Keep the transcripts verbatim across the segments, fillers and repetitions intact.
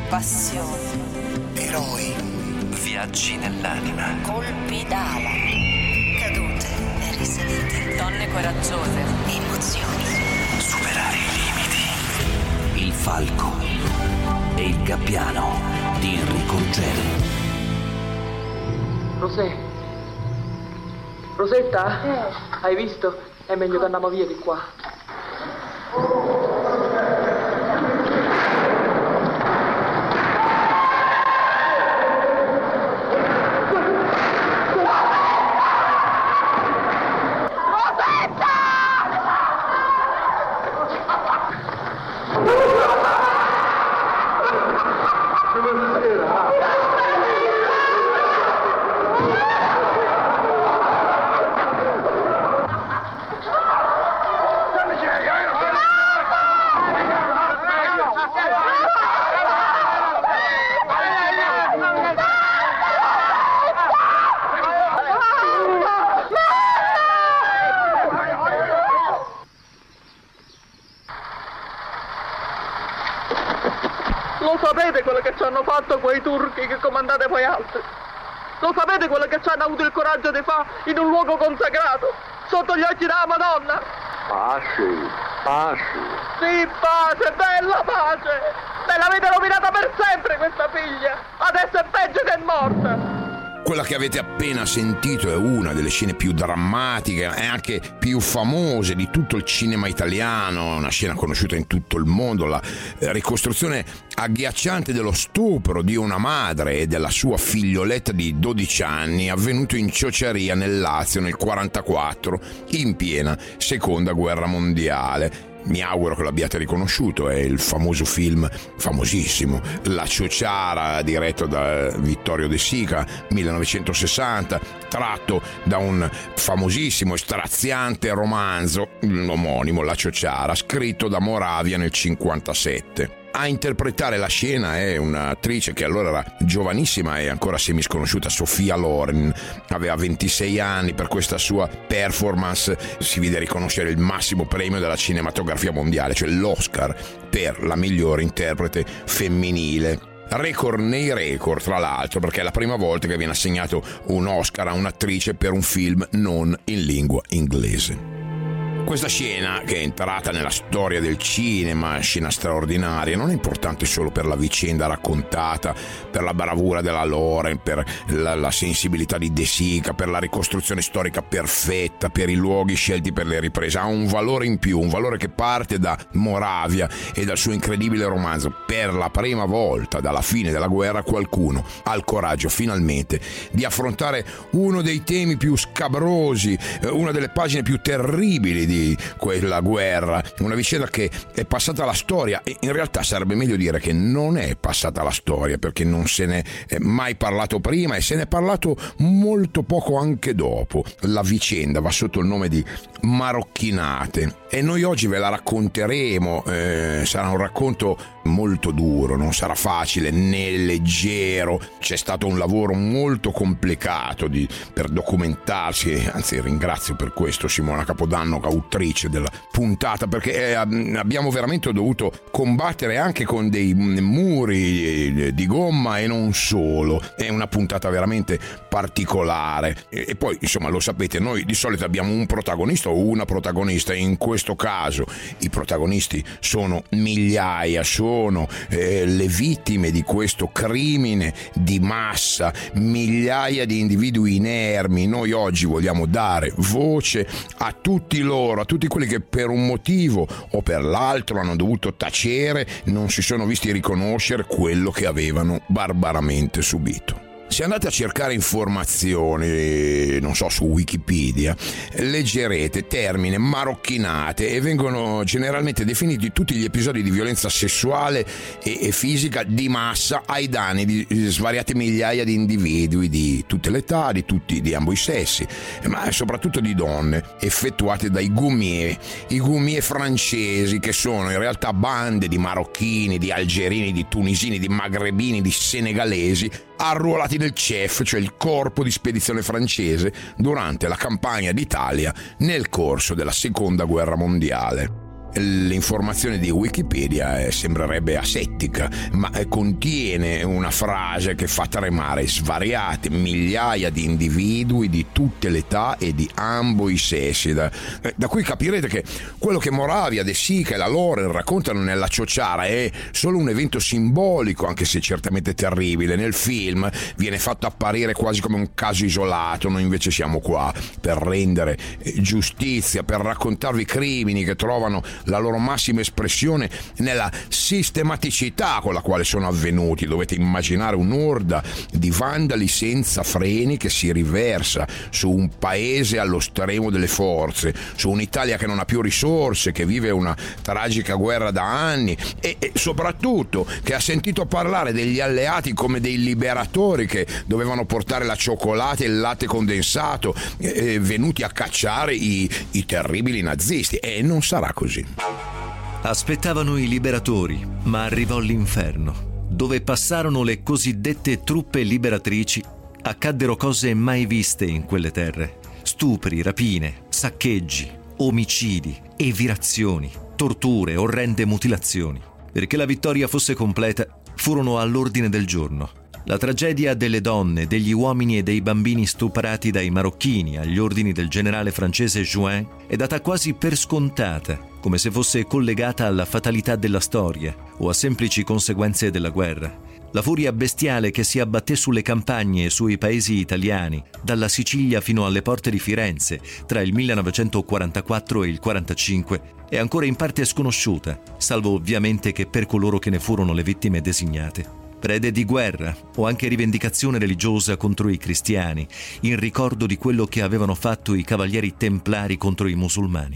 passioni, eroi, viaggi nell'anima, colpi d'ala, cadute e risalite, donne coraggiose, emozioni, superare i limiti. Il falco e il gabbiano di Enrico Ruggeri. Rosè, Rosetta? Eh. Hai visto? È meglio che andiamo via di qua. Lo sapete quello che ci hanno fatto quei turchi che comandate voi altri? Lo sapete quello che ci hanno avuto il coraggio di fare in un luogo consacrato, sotto gli occhi della Madonna? Pace, pace. Sì, pace, bella pace! Me l'avete rovinata per sempre questa figlia! Adesso è peggio che è morta! Quella che avete appena sentito è una delle scene più drammatiche e anche più famose di tutto il cinema italiano, una scena conosciuta in tutto il mondo, la ricostruzione agghiacciante dello stupro di una madre e della sua figlioletta di dodici anni avvenuto in Ciociaria nel Lazio nel quarantaquattro, in piena seconda guerra mondiale. Mi auguro che l'abbiate riconosciuto, è il famoso film, famosissimo, La Ciociara, diretto da Vittorio De Sica, millenovecentosessanta, tratto da un famosissimo e straziante romanzo omonimo, La Ciociara, scritto da Moravia nel cinquantasette. A interpretare la scena è un'attrice che allora era giovanissima e ancora semisconosciuta, Sofia Loren, aveva ventisei anni. Per questa sua performance si vide riconoscere il massimo premio della cinematografia mondiale, cioè l'Oscar per la migliore interprete femminile. Record nei record, tra l'altro, perché è la prima volta che viene assegnato un Oscar a un'attrice per un film non in lingua inglese. Questa scena, che è entrata nella storia del cinema, scena straordinaria, non è importante solo per la vicenda raccontata, per la bravura della Loren, per la, la sensibilità di De Sica, per la ricostruzione storica perfetta, per i luoghi scelti per le riprese. Ha un valore in più, un valore che parte da Moravia e dal suo incredibile romanzo. Per la prima volta dalla fine della guerra qualcuno ha il coraggio finalmente di affrontare uno dei temi più scabrosi, una delle pagine più terribili di quella guerra, una vicenda che è passata alla storia, e in realtà sarebbe meglio dire che non è passata alla storia, perché non se ne è mai parlato prima e se ne è parlato molto poco anche dopo. La vicenda va sotto il nome di Marocchinate e noi oggi ve la racconteremo. Eh, sarà un racconto molto duro, non sarà facile né leggero, c'è stato un lavoro molto complicato di, per documentarsi, anzi ringrazio per questo Simona Capodanno, autrice della puntata, perché eh, abbiamo veramente dovuto combattere anche con dei muri di gomma e non solo. È una puntata veramente particolare e, e poi insomma lo sapete, noi di solito abbiamo un protagonista o una protagonista, in questo caso i protagonisti sono migliaia, sono eh, le vittime di questo crimine di massa, migliaia di individui inermi. Noi oggi vogliamo dare voce a tutti loro, a tutti quelli che per un motivo o per l'altro hanno dovuto tacere, non si sono visti riconoscere quello che avevano barbaramente subito. Se andate a cercare informazioni, non so, su Wikipedia, leggerete termine marocchinate e vengono generalmente definiti tutti gli episodi di violenza sessuale e, e fisica di massa ai danni di svariate migliaia di individui di tutte le età, di tutti, di ambo i sessi, ma soprattutto di donne, effettuate dai goumier, i goumier francesi, che sono in realtà bande di marocchini, di algerini, di tunisini, di magrebini, di senegalesi, arruolati nel C E F, cioè il corpo di spedizione francese, durante la campagna d'Italia nel corso della seconda guerra mondiale. L'informazione di Wikipedia eh, sembrerebbe asettica, ma eh, contiene una frase che fa tremare svariate migliaia di individui di tutte le età e di ambo i sessi. Da, eh, da cui capirete che quello che Moravia, De Sica e la Loren raccontano nella Ciociara è solo un evento simbolico, anche se certamente terribile. Nel film viene fatto apparire quasi come un caso isolato. Noi invece siamo qua per rendere eh, giustizia, per raccontarvi crimini che trovano la loro massima espressione nella sistematicità con la quale sono avvenuti. Dovete immaginare un'orda di vandali senza freni che si riversa su un paese allo stremo delle forze, su un'Italia che non ha più risorse, che vive una tragica guerra da anni e, e soprattutto che ha sentito parlare degli alleati come dei liberatori che dovevano portare la cioccolata e il latte condensato eh, venuti a cacciare i, i terribili nazisti. E non sarà così. Aspettavano i liberatori, ma arrivò l'inferno. Dove passarono le cosiddette truppe liberatrici, accaddero cose mai viste in quelle terre. Stupri, rapine, saccheggi, omicidi, evirazioni, torture, orrende mutilazioni. Perché la vittoria fosse completa, furono all'ordine del giorno. La tragedia delle donne, degli uomini e dei bambini stuprati dai marocchini agli ordini del generale francese Juin è data quasi per scontata, come se fosse collegata alla fatalità della storia o a semplici conseguenze della guerra. La furia bestiale che si abbatté sulle campagne e sui paesi italiani, dalla Sicilia fino alle porte di Firenze, tra il millenovecentoquarantaquattro e il quarantacinque, è ancora in parte sconosciuta, salvo ovviamente che per coloro che ne furono le vittime designate. Prede di guerra o anche rivendicazione religiosa contro i cristiani, in ricordo di quello che avevano fatto i cavalieri templari contro i musulmani.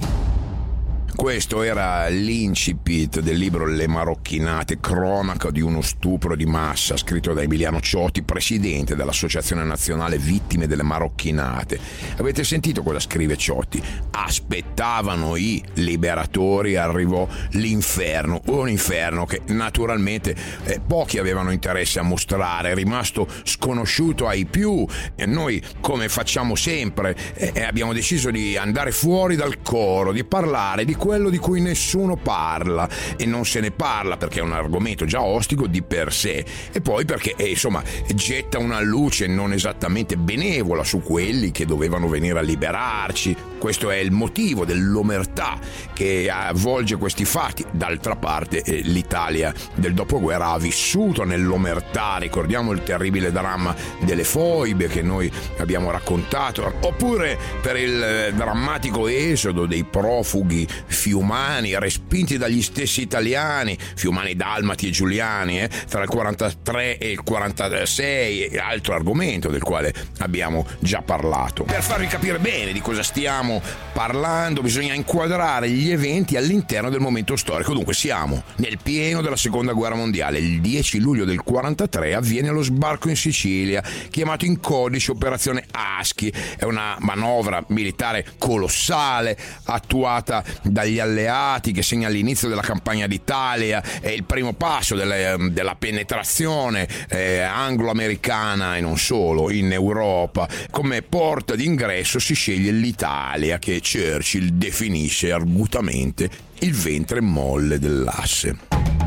Questo era l'incipit del libro Le Marocchinate, cronaca di uno stupro di massa, scritto da Emiliano Ciotti, presidente dell'Associazione Nazionale Vittime delle Marocchinate. Avete sentito cosa scrive Ciotti? Aspettavano i liberatori, arrivò l'inferno, un inferno che naturalmente eh, pochi avevano interesse a mostrare, è rimasto sconosciuto ai più, e noi, come facciamo sempre, eh, abbiamo deciso di andare fuori dal coro, di parlare di quello di cui nessuno parla, e non se ne parla perché è un argomento già ostico di per sé, e poi perché eh, insomma getta una luce non esattamente benevola su quelli che dovevano venire a liberarci. Questo è il motivo dell'omertà che avvolge questi fatti. D'altra parte eh, l'Italia del dopoguerra ha vissuto nell'omertà, ricordiamo il terribile dramma delle foibe che noi abbiamo raccontato, oppure per il eh, drammatico esodo dei profughi fiumani respinti dagli stessi italiani, fiumani, dalmati e giuliani, eh, tra il quarantatré e il quarantasei, altro argomento del quale abbiamo già parlato. Per farvi capire bene di cosa stiamo parlando, bisogna inquadrare gli eventi all'interno del momento storico. Dunque siamo nel pieno della seconda guerra mondiale. Il dieci luglio del quarantatré avviene lo sbarco in Sicilia, chiamato in codice Operazione Aschi. È una manovra militare colossale attuata dagli alleati che segna l'inizio della campagna d'Italia, è il primo passo delle, della penetrazione eh, anglo-americana e non solo in Europa. Come porta d'ingresso si sceglie l'Italia, che Churchill definisce argutamente il ventre molle dell'asse.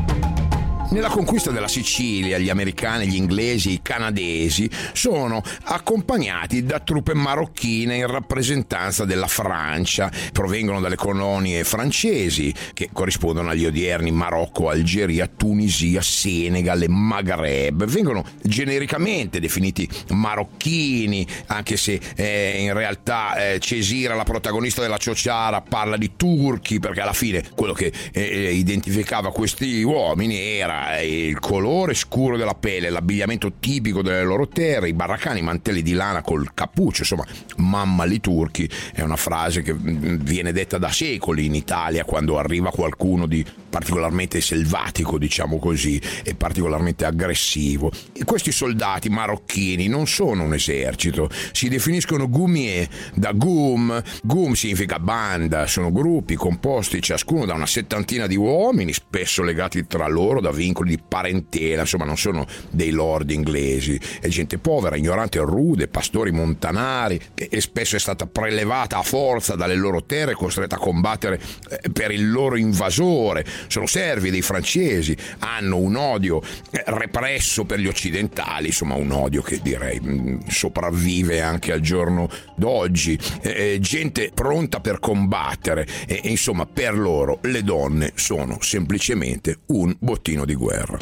Nella conquista della Sicilia, gli americani, gli inglesi, i canadesi sono accompagnati da truppe marocchine in rappresentanza della Francia. Provengono dalle colonie francesi, che corrispondono agli odierni Marocco, Algeria, Tunisia, Senegal e Maghreb. Vengono genericamente definiti marocchini, anche se eh, in realtà eh, Cesira, la protagonista della Ciociara, parla di turchi, perché alla fine quello che eh, identificava questi uomini era il colore scuro della pelle, l'abbigliamento tipico delle loro terre, i baraccani, i mantelli di lana col cappuccio, insomma, mamma li turchi è una frase che viene detta da secoli in Italia quando arriva qualcuno di particolarmente selvatico, diciamo così, e particolarmente aggressivo. E questi soldati marocchini non sono un esercito, si definiscono goumier, da goum, goum significa banda, sono gruppi composti ciascuno da una settantina di uomini, spesso legati tra loro da vincoli di parentela, insomma non sono dei lord inglesi, è gente povera, ignorante e rude, pastori montanari, che spesso è stata prelevata a forza dalle loro terre, costretta a combattere per il loro invasore, sono servi dei francesi, hanno un odio represso per gli occidentali, insomma un odio che direi sopravvive anche al giorno d'oggi, eh, gente pronta per combattere e, e insomma per loro le donne sono semplicemente un bottino di guerra.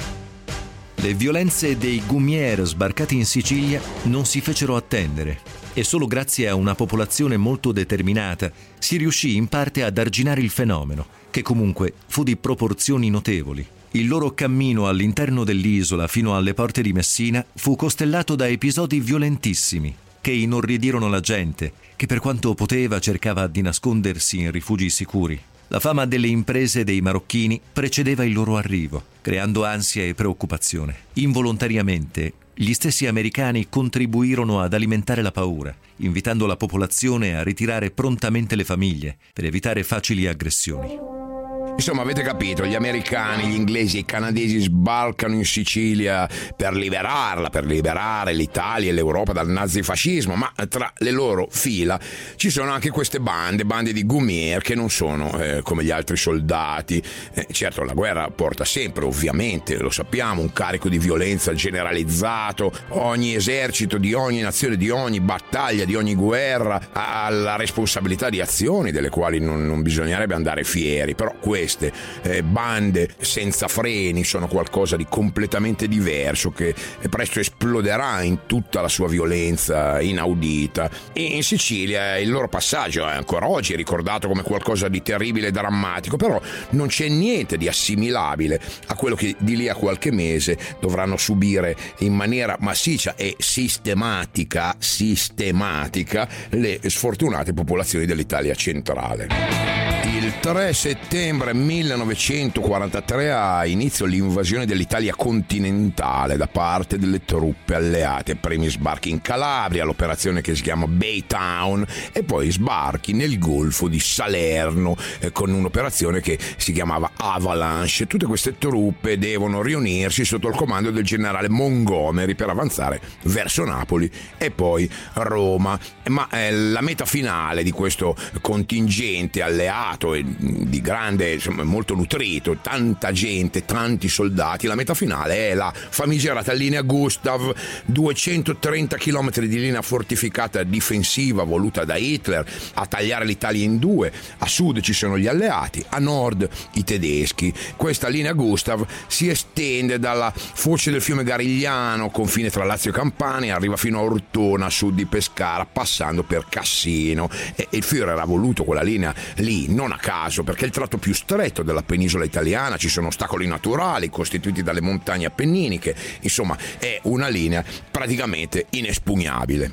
Le violenze dei Gumier sbarcati in Sicilia non si fecero attendere e solo grazie a una popolazione molto determinata si riuscì in parte ad arginare il fenomeno, che comunque fu di proporzioni notevoli. Il loro cammino all'interno dell'isola fino alle porte di Messina fu costellato da episodi violentissimi che inorridirono la gente, che per quanto poteva cercava di nascondersi in rifugi sicuri. La fama delle imprese dei marocchini precedeva il loro arrivo, creando ansia e preoccupazione. Involontariamente, gli stessi americani contribuirono ad alimentare la paura, invitando la popolazione a ritirare prontamente le famiglie per evitare facili aggressioni. Insomma, avete capito, gli americani, gli inglesi e i canadesi sbarcano in Sicilia per liberarla, per liberare l'Italia e l'Europa dal nazifascismo, ma tra le loro fila ci sono anche queste bande, bande di Gumier che non sono eh, come gli altri soldati. Eh, certo, la guerra porta sempre, ovviamente, lo sappiamo, un carico di violenza generalizzato. Ogni esercito di ogni nazione, di ogni battaglia, di ogni guerra ha la responsabilità di azioni delle quali non, non bisognerebbe andare fieri, però questo Queste eh, bande senza freni sono qualcosa di completamente diverso che presto esploderà in tutta la sua violenza inaudita. E in Sicilia il loro passaggio è ancora oggi ricordato come qualcosa di terribile e drammatico, però non c'è niente di assimilabile a quello che di lì a qualche mese dovranno subire in maniera massiccia e sistematica, sistematica le sfortunate popolazioni dell'Italia centrale. Il tre settembre millenovecentoquarantatré ha inizio l'invasione dell'Italia continentale da parte delle truppe alleate. Primi sbarchi in Calabria, l'operazione che si chiama Baytown, e poi sbarchi nel Golfo di Salerno eh, con un'operazione che si chiamava Avalanche. Tutte queste truppe devono riunirsi sotto il comando del generale Montgomery per avanzare verso Napoli e poi Roma. Ma eh, la meta finale di questo contingente alleato e di grande, insomma, molto nutrito, tanta gente, tanti soldati, la meta finale è la famigerata linea Gustav, duecentotrenta chilometri di linea fortificata difensiva voluta da Hitler a tagliare l'Italia in due. A sud ci sono gli alleati, a nord i tedeschi. Questa linea Gustav si estende dalla foce del fiume Garigliano, confine tra Lazio e Campania, arriva fino a Ortona, a sud di Pescara, passando per Cassino. E il Führer era voluto quella linea lì non a caso, perché è il tratto più stretto della penisola italiana, ci sono ostacoli naturali costituiti dalle montagne appenniniche, insomma è una linea praticamente inespugnabile.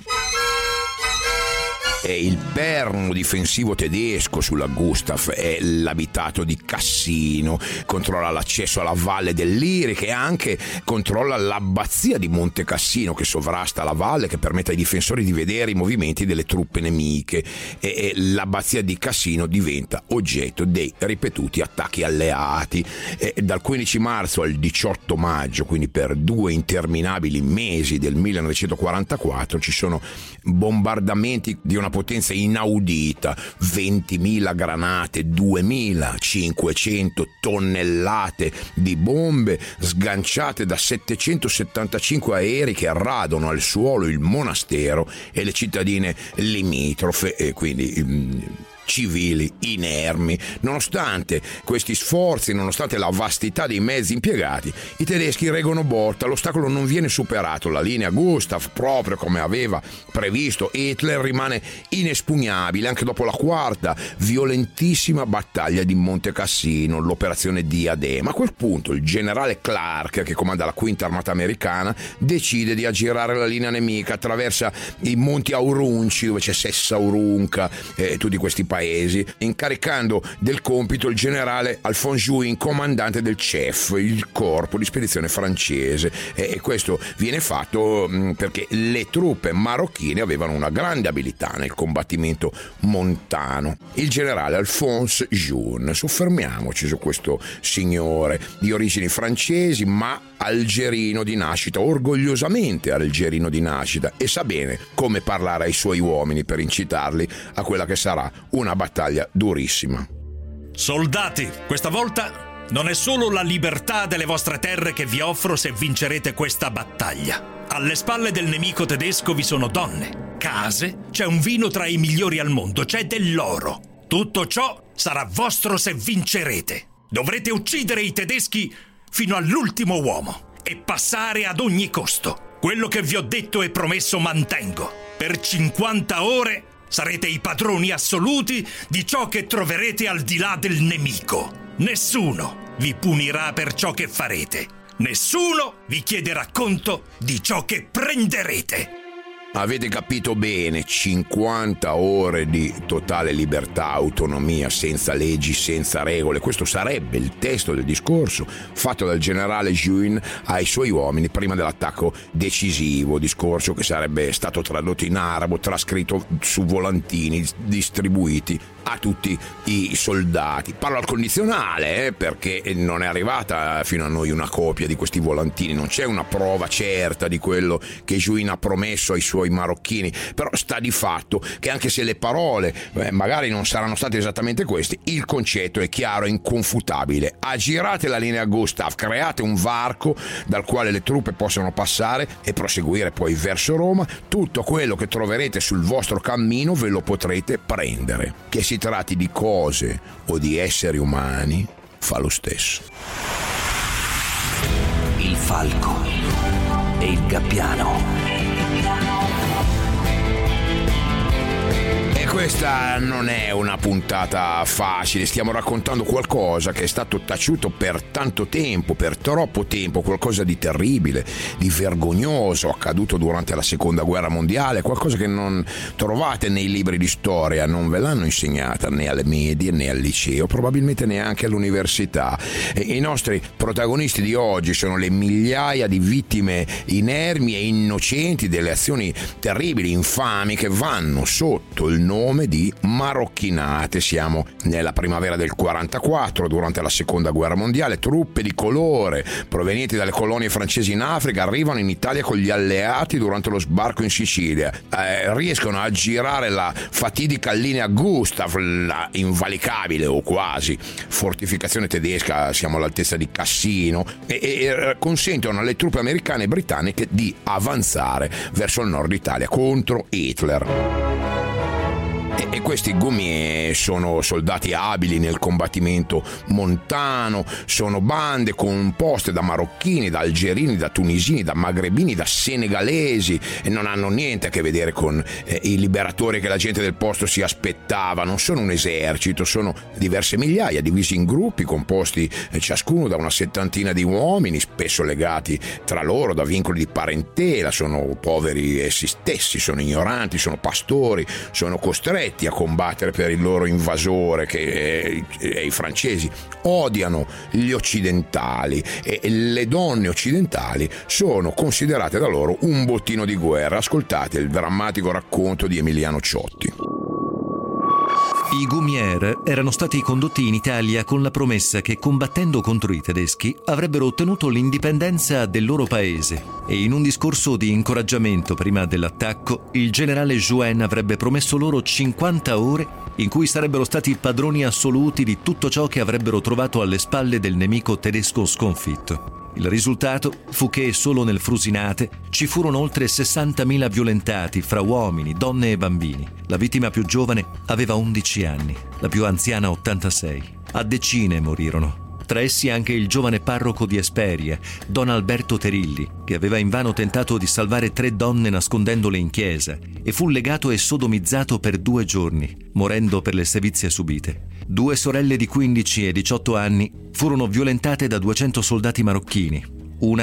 E il perno difensivo tedesco sulla Gustav è l'abitato di Cassino, controlla l'accesso alla valle dell'Iriche e anche controlla l'abbazia di Monte Cassino che sovrasta la valle, che permette ai difensori di vedere i movimenti delle truppe nemiche, e, e l'abbazia di Cassino diventa oggetto dei ripetuti attacchi alleati. E dal quindici marzo al diciotto maggio, quindi per due interminabili mesi del millenovecentoquarantaquattro, ci sono bombardamenti di una potenza inaudita, ventimila granate, duemilacinquecento tonnellate di bombe sganciate da settecentosettantacinque aerei che radono al suolo il monastero e le cittadine limitrofe, e quindi civili inermi. Nonostante questi sforzi, nonostante la vastità dei mezzi impiegati, i tedeschi reggono botta, l'ostacolo non viene superato, la linea Gustav, proprio come aveva previsto Hitler, rimane inespugnabile anche dopo la quarta violentissima battaglia di Monte Cassino, l'operazione Diadema. A quel punto il generale Clark, che comanda la quinta armata americana, decide di aggirare la linea nemica, attraversa i monti Aurunci, dove c'è Sessa Aurunca e tutti questi paesi, incaricando del compito il generale Alphonse Juin, comandante del C E F, il corpo di spedizione francese, e questo viene fatto perché le truppe marocchine avevano una grande abilità nel combattimento montano. Il generale Alphonse Juin, soffermiamoci su questo signore di origini francesi ma algerino di nascita, orgogliosamente algerino di nascita, e sa bene come parlare ai suoi uomini per incitarli a quella che sarà una battaglia durissima. Soldati, questa volta non è solo la libertà delle vostre terre che vi offro se vincerete questa battaglia. Alle spalle del nemico tedesco vi sono donne, case, c'è un vino tra i migliori al mondo, c'è dell'oro. Tutto ciò sarà vostro se vincerete. Dovrete uccidere i tedeschi fino all'ultimo uomo e passare ad ogni costo. Quello che vi ho detto e promesso mantengo. Per cinquanta ore sarete i padroni assoluti di ciò che troverete al di là del nemico. Nessuno vi punirà per ciò che farete. Nessuno vi chiederà conto di ciò che prenderete. Avete capito bene, cinquanta ore di totale libertà, autonomia, senza leggi, senza regole. Questo sarebbe il testo del discorso fatto dal generale Juin ai suoi uomini prima dell'attacco decisivo, discorso che sarebbe stato tradotto in arabo, trascritto su volantini, distribuiti a tutti i soldati. Parlo al condizionale, eh, perché non è arrivata fino a noi una copia di questi volantini, non c'è una prova certa di quello che Juin ha promesso ai suoi marocchini, però sta di fatto che anche se le parole eh, magari non saranno state esattamente queste, il concetto è chiaro e inconfutabile. Aggirate la linea Gustav, create un varco dal quale le truppe possano passare e proseguire poi verso Roma. Tutto quello che troverete sul vostro cammino ve lo potrete prendere. Che si tratti di cose o di esseri umani, fa lo stesso. Il falco e il gabbiano. Questa non è una puntata facile, stiamo raccontando qualcosa che è stato taciuto per tanto tempo, per troppo tempo, qualcosa di terribile, di vergognoso, accaduto durante la seconda guerra mondiale, qualcosa che non trovate nei libri di storia, non ve l'hanno insegnata né alle medie né al liceo, probabilmente neanche all'università. E i nostri protagonisti di oggi sono le migliaia di vittime inermi e innocenti delle azioni terribili, infami, che vanno sotto il nome di marocchinate. Siamo nella primavera del quarantaquattro, durante la seconda guerra mondiale. Truppe di colore provenienti dalle colonie francesi in Africa arrivano in Italia con gli alleati durante lo sbarco in Sicilia, eh, riescono a aggirare la fatidica linea Gustav, la invalicabile o quasi fortificazione tedesca, siamo all'altezza di Cassino, e, e consentono alle truppe americane e britanniche di avanzare verso il nord Italia contro Hitler. E questi Goumier sono soldati abili nel combattimento montano, sono bande composte da marocchini, da algerini, da tunisini, da magrebini, da senegalesi, e non hanno niente a che vedere con eh, i liberatori che la gente del posto si aspettava. Non sono un esercito, sono diverse migliaia divisi in gruppi composti eh, ciascuno da una settantina di uomini, spesso legati tra loro da vincoli di parentela. Sono poveri essi stessi, sono ignoranti, sono pastori, sono costretti a combattere per il loro invasore, che eh, i francesi odiano gli occidentali, e le donne occidentali sono considerate da loro un bottino di guerra. Ascoltate il drammatico racconto di Emiliano Ciotti. I Goumier erano stati condotti in Italia con la promessa che, combattendo contro i tedeschi, avrebbero ottenuto l'indipendenza del loro paese, e in un discorso di incoraggiamento prima dell'attacco il generale Juin avrebbe promesso loro cinquanta ore in cui sarebbero stati padroni assoluti di tutto ciò che avrebbero trovato alle spalle del nemico tedesco sconfitto. Il risultato fu che solo nel Frusinate ci furono oltre sessantamila violentati fra uomini, donne e bambini. La vittima più giovane aveva undici anni, la più anziana ottantasei. A decine morirono. Tra essi anche il giovane parroco di Esperia, Don Alberto Terilli, che aveva invano tentato di salvare tre donne nascondendole in chiesa, e fu legato e sodomizzato per due giorni, morendo per le sevizie subite. Due sorelle di quindici e diciotto anni furono violentate da duecento soldati marocchini. Una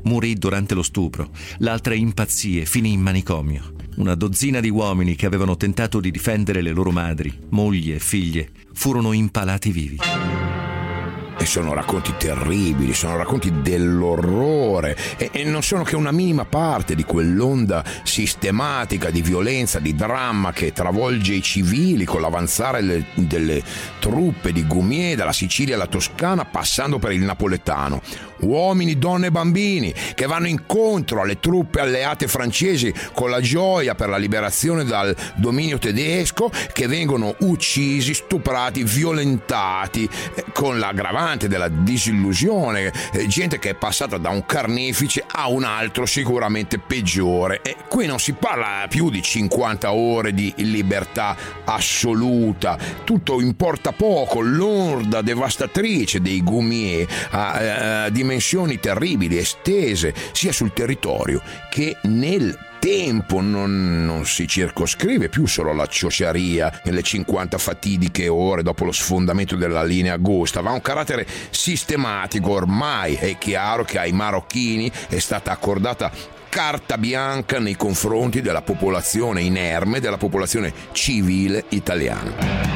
morì durante lo stupro, l'altra impazzì e finì in manicomio. Una dozzina di uomini che avevano tentato di difendere le loro madri, mogli e figlie furono impalati vivi. E sono racconti terribili, sono racconti dell'orrore e, e non sono che una minima parte di quell'onda sistematica di violenza, di dramma che travolge i civili con l'avanzare le, delle truppe di Gumier dalla Sicilia alla Toscana passando per il napoletano. Uomini, donne e bambini che vanno incontro alle truppe alleate francesi con la gioia per la liberazione dal dominio tedesco, che vengono uccisi, stuprati, violentati, eh, con l'aggravante della disillusione, eh, gente che è passata da un carnefice a un altro sicuramente peggiore. E qui non si parla più di cinquanta ore di libertà assoluta, tutto importa poco. L'orda devastatrice dei Gumier ha eh, dimensioni terribili, estese sia sul territorio che nel tempo. Non, non si circoscrive più solo la ciociaria nelle cinquanta fatidiche ore dopo lo sfondamento della linea Gustav, ha un carattere sistematico. Ormai è chiaro che ai marocchini è stata accordata carta bianca nei confronti della popolazione inerme, della popolazione civile italiana.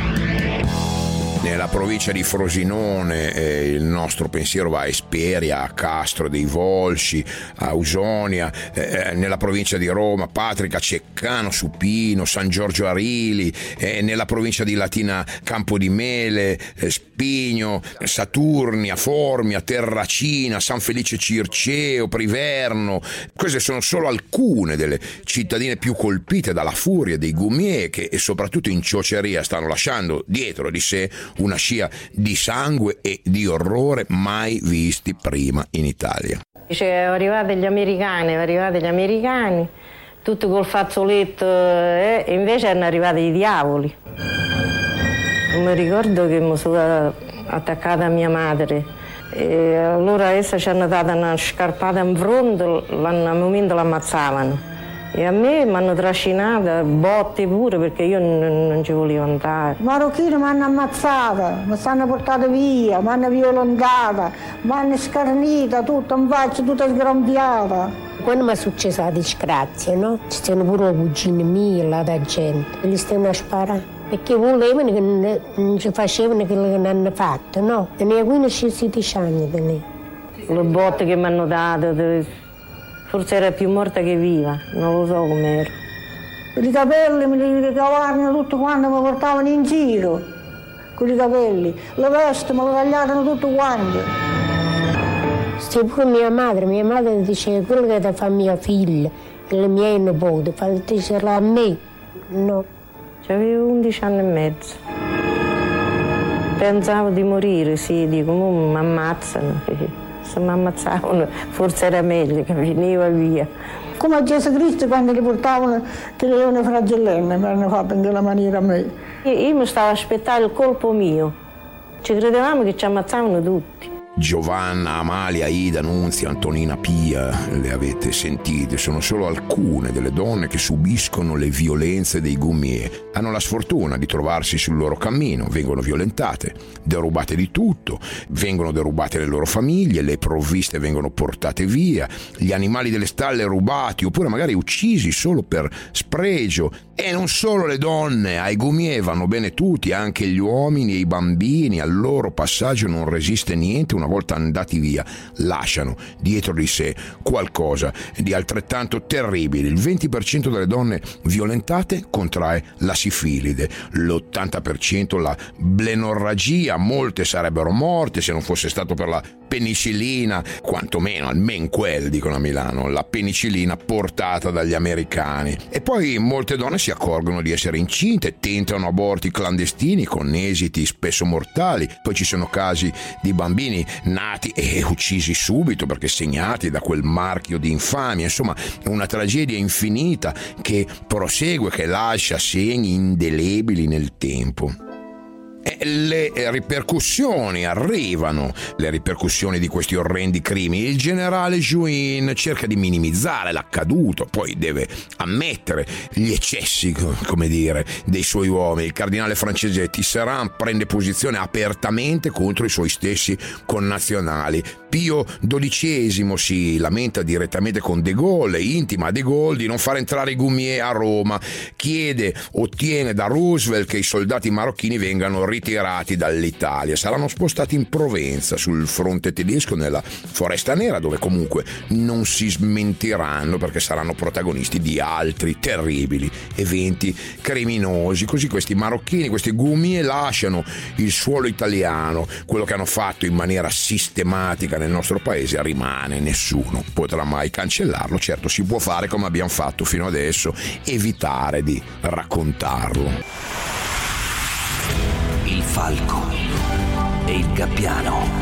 Nella provincia di Frosinone eh, il nostro pensiero va a Esperia, a Castro dei Volsci, a Ausonia, eh, nella provincia di Roma, Patrica, Ceccano, Supino, San Giorgio Arili, eh, nella provincia di Latina Campodimele, eh, Spigno, Saturnia, Formia, Terracina, San Felice Circeo, Priverno. Queste sono solo alcune delle cittadine più colpite dalla furia dei Gumier, che e soprattutto in ciociaria stanno lasciando dietro di sé una scia di sangue e di orrore mai visti prima in Italia. Sono arrivati gli americani, sono arrivati gli americani, tutto col fazzoletto, eh, e invece erano arrivati i diavoli. Mi ricordo che mi sono attaccata a mia madre e allora essa ci hanno dato una scarpata in fronte, al momento l'ammazzavano. E a me mi hanno trascinata, botte pure, perché io non, non ci volevo andare. I marocchini mi hanno ammazzata, mi stanno portata via, mi hanno violentata, mi hanno scarnita, tutto, in faccia tutta sgrambiata. Quando mi è successa la disgrazia, no? Ci sono pure cugini miei, là da gente, e li stanno a sparare. Perché volevano che non ci facevano quello che ne hanno fatto, no? E ne quindici sedici anni da lì. Le botte che mi hanno dato... Forse era più morta che viva, non lo so com'ero. I capelli me li ricavavano tutto quanto mi portavano in giro, con i capelli. Le vesti me le tagliavano tutto quanto. Sì, pure mia madre, mia madre diceva quello che ti fa mia figlia, e le mie nipoti, fatelo a me. No. C'avevo undici anni e mezzo. Pensavo di morire, sì, dico, mo mi ammazzano. Se mi ammazzavano forse era meglio che veniva via. Come a Gesù Cristo quando li portavano che le leone fragellenne mi hanno fatto in quella maniera a me. Io, io mi stavo aspettando il colpo mio. Ci credevamo che ci ammazzavano tutti. Giovanna, Amalia, Ida, Nunzia, Antonina, Pia, le avete sentite, sono solo alcune delle donne che subiscono le violenze dei Gumier. Hanno la sfortuna di trovarsi sul loro cammino, vengono violentate, derubate di tutto, vengono derubate le loro famiglie, le provviste vengono portate via, gli animali delle stalle rubati oppure magari uccisi solo per spregio. E non solo le donne, ai Gumier vanno bene tutti, anche gli uomini e i bambini, al loro passaggio non resiste niente. Una volta andati via, lasciano dietro di sé qualcosa di altrettanto terribile. Il venti per cento delle donne violentate contrae la sifilide, l'ottanta per cento la blenorragia, molte sarebbero morte se non fosse stato per la penicillina, quantomeno almeno quel, dicono a Milano, la penicillina portata dagli americani. E poi molte donne si accorgono di essere incinte, tentano aborti clandestini con esiti spesso mortali. Poi ci sono casi di bambini nati e uccisi subito perché segnati da quel marchio di infamia. Insomma, una tragedia infinita che prosegue, che lascia segni indelebili nel tempo. e le ripercussioni arrivano, le ripercussioni di questi orrendi crimini. Il generale Juin cerca di minimizzare l'accaduto, poi deve ammettere gli eccessi, come dire, dei suoi uomini. Il cardinale francese Tisserand prende posizione apertamente contro i suoi stessi connazionali. Pio dodicesimo si lamenta direttamente con De Gaulle, intima a De Gaulle di non far entrare i Goumier a Roma, chiede, ottiene da Roosevelt che i soldati marocchini vengano ritirati dall'Italia. Saranno spostati in Provenza, sul fronte tedesco, nella Foresta Nera, dove comunque non si smentiranno perché saranno protagonisti di altri terribili eventi criminosi. Così questi marocchini, questi Goumier, lasciano il suolo italiano. Quello che hanno fatto in maniera sistematica nel nostro paese rimane, nessuno potrà mai cancellarlo. Certo, si può fare come abbiamo fatto fino adesso, evitare di raccontarlo. Il falco e il gabbiano.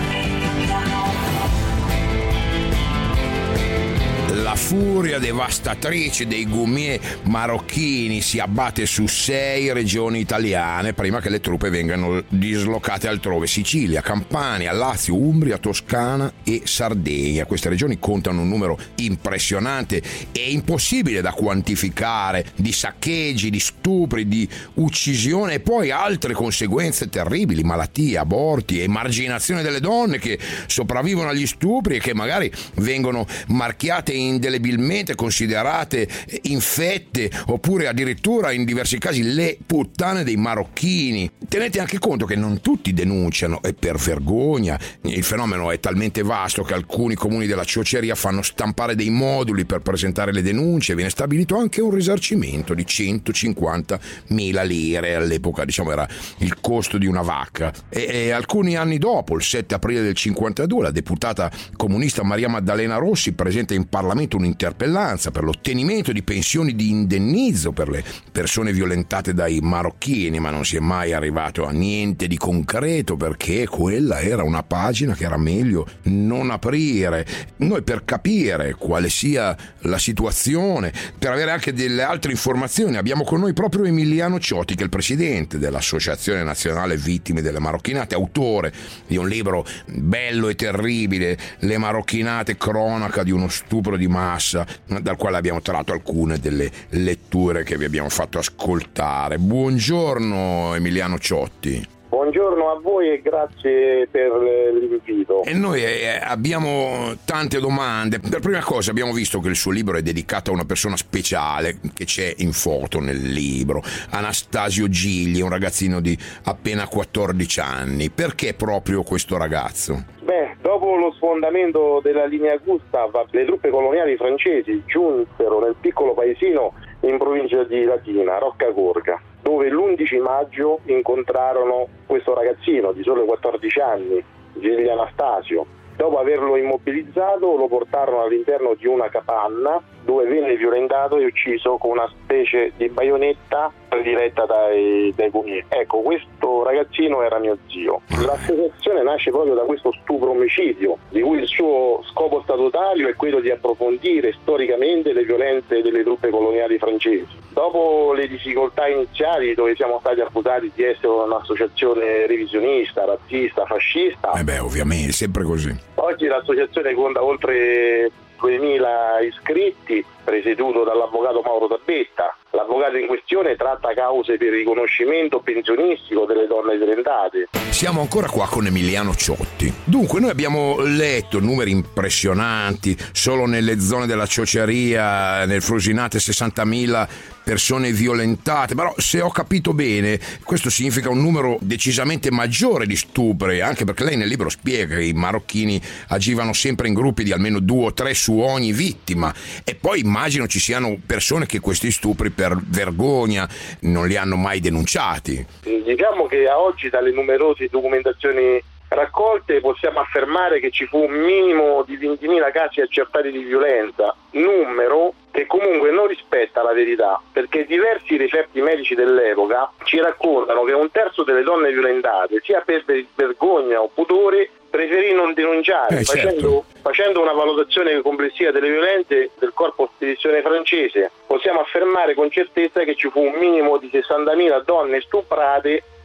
La furia devastatrice dei Goumier marocchini si abbatte su sei regioni italiane prima che le truppe vengano dislocate altrove: Sicilia, Campania, Lazio, Umbria, Toscana e Sardegna. Queste regioni contano un numero impressionante e impossibile da quantificare di saccheggi, di stupri, di uccisione e poi altre conseguenze terribili: malattie, aborti, emarginazione delle donne che sopravvivono agli stupri e che magari vengono marchiate in indelebilmente, considerate infette, oppure addirittura in diversi casi le puttane dei marocchini. Tenete anche conto che non tutti denunciano, e per vergogna. Il fenomeno è talmente vasto che alcuni comuni della ciociaria fanno stampare dei moduli per presentare le denunce. Viene stabilito anche un risarcimento di centocinquantamila lire, all'epoca diciamo era il costo di una vacca. E, e alcuni anni dopo, il sette aprile del cinquantadue, la deputata comunista Maria Maddalena Rossi presenta in Parlamento un'interpellanza per l'ottenimento di pensioni di indennizzo per le persone violentate dai marocchini, ma non si è mai arrivato a niente di concreto perché quella era una pagina che era meglio non aprire. Noi, per capire quale sia la situazione, per avere anche delle altre informazioni, abbiamo con noi proprio Emiliano Ciotti, che è il presidente dell'Associazione Nazionale Vittime delle Marocchinate, autore di un libro bello e terribile, Le Marocchinate, cronaca di uno stupro di massa, dal quale abbiamo tratto alcune delle letture che vi abbiamo fatto ascoltare. Buongiorno Emiliano Ciotti. Buongiorno a voi e grazie per l'invito. E noi eh, abbiamo tante domande. Per prima cosa, abbiamo visto che il suo libro è dedicato a una persona speciale che c'è in foto nel libro, Anastasio Gigli, un ragazzino di appena quattordici anni. Perché proprio questo ragazzo? Beh, dopo lo sfondamento della linea Gustav, le truppe coloniali francesi giunsero nel piccolo paesino in provincia di Latina, Roccagorga, dove l'undici maggio incontrarono questo ragazzino di solo quattordici anni, Gigli Anastasio. Dopo averlo immobilizzato lo portarono all'interno di una capanna dove venne violentato e ucciso con una specie di baionetta diretta dai, dai Goumier. Ecco, questo ragazzino era mio zio. L'associazione nasce proprio da questo stupro omicidio, di cui il suo scopo statutario è quello di approfondire storicamente le violenze delle truppe coloniali francesi. Dopo le difficoltà iniziali, dove siamo stati accusati di essere un'associazione revisionista, razzista, fascista, eh beh, ovviamente, sempre così. Oggi l'associazione conta oltre duemila iscritti, presieduto dall'avvocato Mauro Tabetta. L'avvocato in questione tratta cause per riconoscimento pensionistico delle donne violentate. Siamo ancora qua con Emiliano Ciotti. Dunque, noi abbiamo letto numeri impressionanti. Solo nelle zone della ciociaria, nel Frusinate, sessantamila persone violentate. Però, se ho capito bene, questo significa un numero decisamente maggiore di stupri, anche perché lei nel libro spiega che i marocchini agivano sempre in gruppi di almeno due o tre su ogni vittima. E poi immagino ci siano persone che questi stupri per vergogna non li hanno mai denunciati. Diciamo che a oggi, dalle numerose documentazioni raccolte, possiamo affermare che ci fu un minimo di ventimila casi accertati di violenza, numero che comunque non rispetta la verità, perché diversi referti medici dell'epoca ci raccontano che un terzo delle donne violentate, sia per vergogna o pudore, preferì non denunciare, eh, facendo, certo. facendo una valutazione complessiva delle violenze del corpo spedizione francese. Possiamo affermare con certezza che ci fu un minimo di sessantamila donne stuprate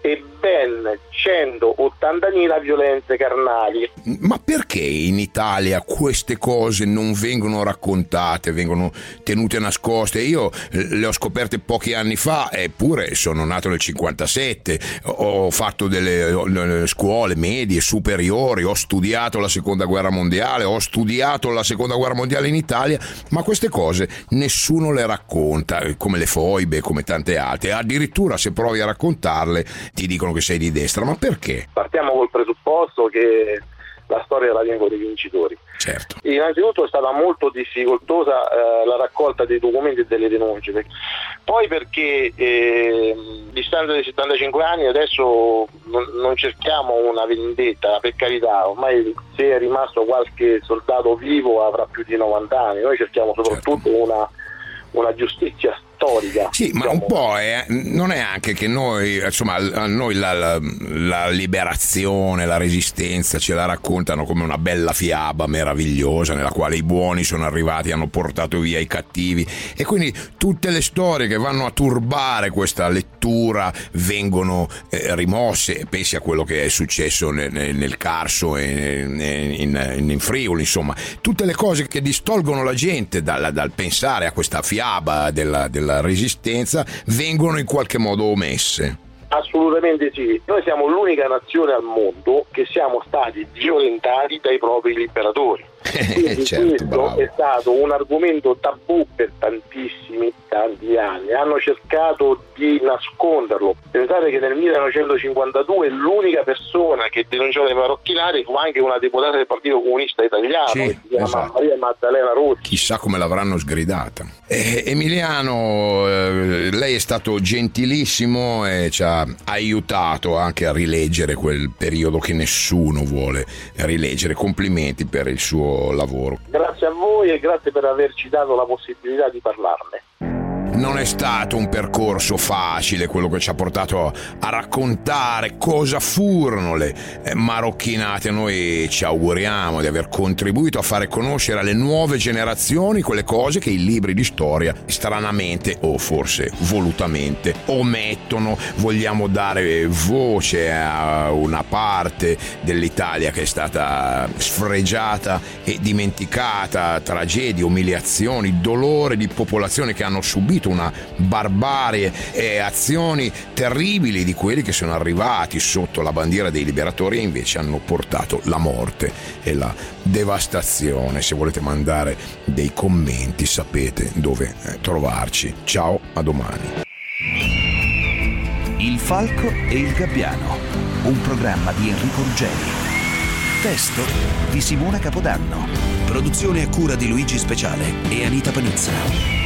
e ben centottantamila violenze carnali. Ma perché in Italia queste cose non vengono raccontate, vengono tenute nascoste? Io le ho scoperte pochi anni fa, eppure sono nato nel cinquantasette, ho fatto delle scuole medie, superiori, ho studiato la seconda guerra mondiale, ho studiato la seconda guerra mondiale in Italia, ma queste cose nessuno le racconta, come le foibe, come tante altre. Addirittura se provi a raccontarle ti dicono che sei di destra. Ma perché? Partiamo col presupposto che la storia è la lingua dei vincitori. Certo. Innanzitutto è stata molto difficoltosa eh, la raccolta dei documenti e delle denunce, poi perché eh, distanza di settantacinque anni adesso non, non cerchiamo una vendetta, per carità, ormai se è rimasto qualche soldato vivo avrà più di novanta anni, noi cerchiamo soprattutto certo. una, una giustizia storica. Sì, ma un po' è, non è anche che noi, insomma, a noi la, la, la liberazione, la resistenza ce la raccontano come una bella fiaba meravigliosa nella quale i buoni sono arrivati e hanno portato via i cattivi, e quindi tutte le storie che vanno a turbare questa lettura vengono eh, rimosse. Pensi a quello che è successo nel, nel Carso e in, in, in Friuli, insomma, tutte le cose che distolgono la gente dal, dal pensare a questa fiaba della, della resistenza vengono in qualche modo omesse. Assolutamente sì, noi siamo l'unica nazione al mondo che siamo stati violentati dai propri liberatori. Quindi certo, questo bravo. È stato un argomento tabù per tantissimi tanti anni, hanno cercato di nasconderlo. Pensate che nel millenovecentocinquantadue l'unica persona che denunciò dei marocchinari fu anche una deputata del Partito Comunista Italiano, sì, che si chiama esatto. Maria Maddalena Rossi. Chissà come l'avranno sgridata. eh, Emiliano, eh, lei è stato gentilissimo e ci ha aiutato anche a rileggere quel periodo che nessuno vuole rileggere. Complimenti per il suo lavoro. Grazie a voi e grazie per averci dato la possibilità di parlarne. Non è stato un percorso facile quello che ci ha portato a raccontare cosa furono le marocchinate. Noi ci auguriamo di aver contribuito a fare conoscere alle nuove generazioni quelle cose che i libri di storia stranamente o forse volutamente omettono. Vogliamo dare voce a una parte dell'Italia che è stata sfregiata e dimenticata, tragedie, umiliazioni, dolore di popolazioni che hanno subito una barbarie e azioni terribili di quelli che sono arrivati sotto la bandiera dei liberatori e invece hanno portato la morte e la devastazione. Se volete mandare dei commenti sapete dove trovarci. Ciao, a domani. Il Falco e il Gabbiano, un programma di Enrico Ruggeri. Testo di Simona Capodanno. Produzione a cura di Luigi Speciale e Anita Panizza.